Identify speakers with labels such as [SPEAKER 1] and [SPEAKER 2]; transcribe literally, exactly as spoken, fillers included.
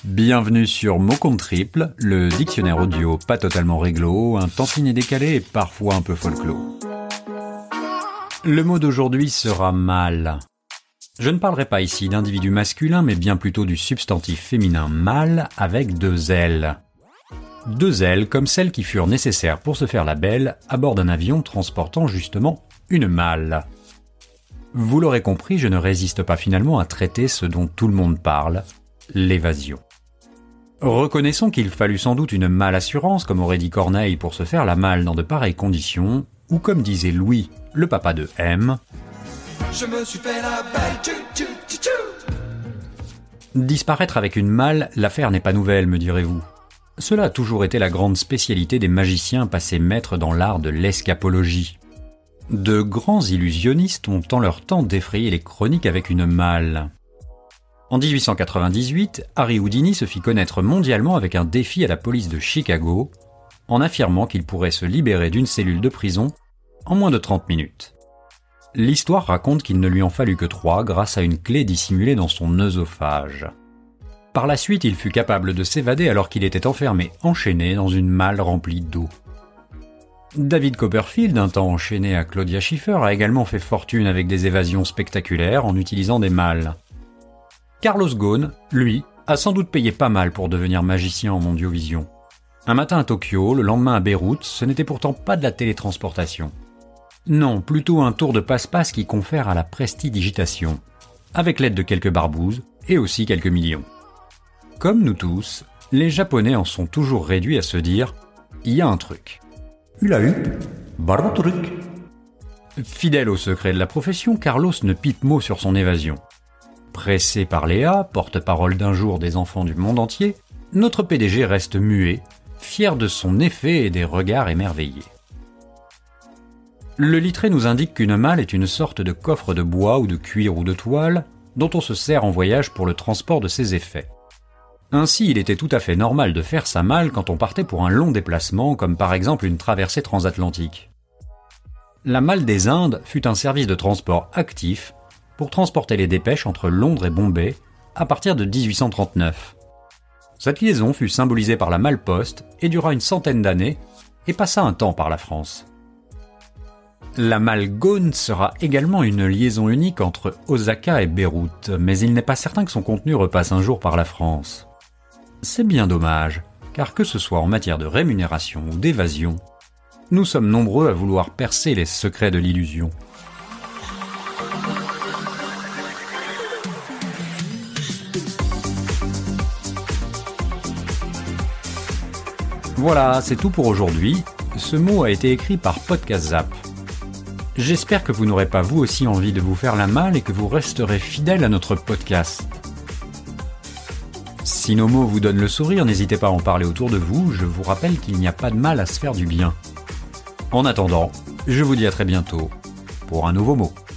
[SPEAKER 1] Bienvenue sur Mots compte triple, le dictionnaire audio pas totalement réglo, un tantinet décalé et parfois un peu folklore. Le mot d'aujourd'hui sera mâle. Je ne parlerai pas ici d'individu masculin, mais bien plutôt du substantif féminin mâle avec deux L. Deux L comme celles qui furent nécessaires pour se faire la belle à bord d'un avion transportant justement une malle. Vous l'aurez compris, je ne résiste pas finalement à traiter ce dont tout le monde parle, l'évasion. Reconnaissons qu'il fallut sans doute une malle assurance, comme aurait dit Corneille, pour se faire la malle dans de pareilles conditions, ou comme disait Louis, le papa de M, je me suis fait la belle, tchou, tchou, tchou, tchou. Disparaître avec une malle, l'affaire n'est pas nouvelle, me direz-vous. Cela a toujours été la grande spécialité des magiciens passés maîtres dans l'art de l'escapologie. De grands illusionnistes ont en leur temps défrayé les chroniques avec une malle. En dix-huit cent quatre-vingt-dix-huit, Harry Houdini se fit connaître mondialement avec un défi à la police de Chicago, en affirmant qu'il pourrait se libérer d'une cellule de prison en moins de trente minutes. L'histoire raconte qu'il ne lui en fallut que trois grâce à une clé dissimulée dans son œsophage. Par la suite, il fut capable de s'évader alors qu'il était enfermé, enchaîné dans une malle remplie d'eau. David Copperfield, un temps enchaîné à Claudia Schiffer, a également fait fortune avec des évasions spectaculaires en utilisant des malles. Carlos Ghosn, lui, a sans doute payé pas mal pour devenir magicien en mondiovision. Un matin à Tokyo, le lendemain à Beyrouth, ce n'était pourtant pas de la télétransportation. Non, plutôt un tour de passe-passe qui confère à la prestidigitation, avec l'aide de quelques barbouzes et aussi quelques millions. Comme nous tous, les Japonais en sont toujours réduits à se dire « il y a un truc ». Il a eu barbe truc. Fidèle au secret de la profession, Carlos ne pipe mot sur son évasion. Pressé par Léa, porte-parole d'un jour des enfants du monde entier, notre P D G reste muet, fier de son effet et des regards émerveillés. Le lettré nous indique qu'une malle est une sorte de coffre de bois ou de cuir ou de toile dont on se sert en voyage pour le transport de ses effets. Ainsi, il était tout à fait normal de faire sa malle quand on partait pour un long déplacement, comme par exemple une traversée transatlantique. La malle des Indes fut un service de transport actif pour transporter les dépêches entre Londres et Bombay à partir de dix-huit cent trente-neuf. Cette liaison fut symbolisée par la malle-poste et dura une centaine d'années et passa un temps par la France. La malle Ghosn sera également une liaison unique entre Osaka et Beyrouth, mais il n'est pas certain que son contenu repasse un jour par la France. C'est bien dommage, car que ce soit en matière de rémunération ou d'évasion, nous sommes nombreux à vouloir percer les secrets de l'illusion. Voilà, c'est tout pour aujourd'hui. Ce mot a été écrit par Podcast Zap. J'espère que vous n'aurez pas vous aussi envie de vous faire la malle et que vous resterez fidèle à notre podcast. Si nos mots vous donnent le sourire, n'hésitez pas à en parler autour de vous. Je vous rappelle qu'il n'y a pas de mal à se faire du bien. En attendant, je vous dis à très bientôt pour un nouveau mot.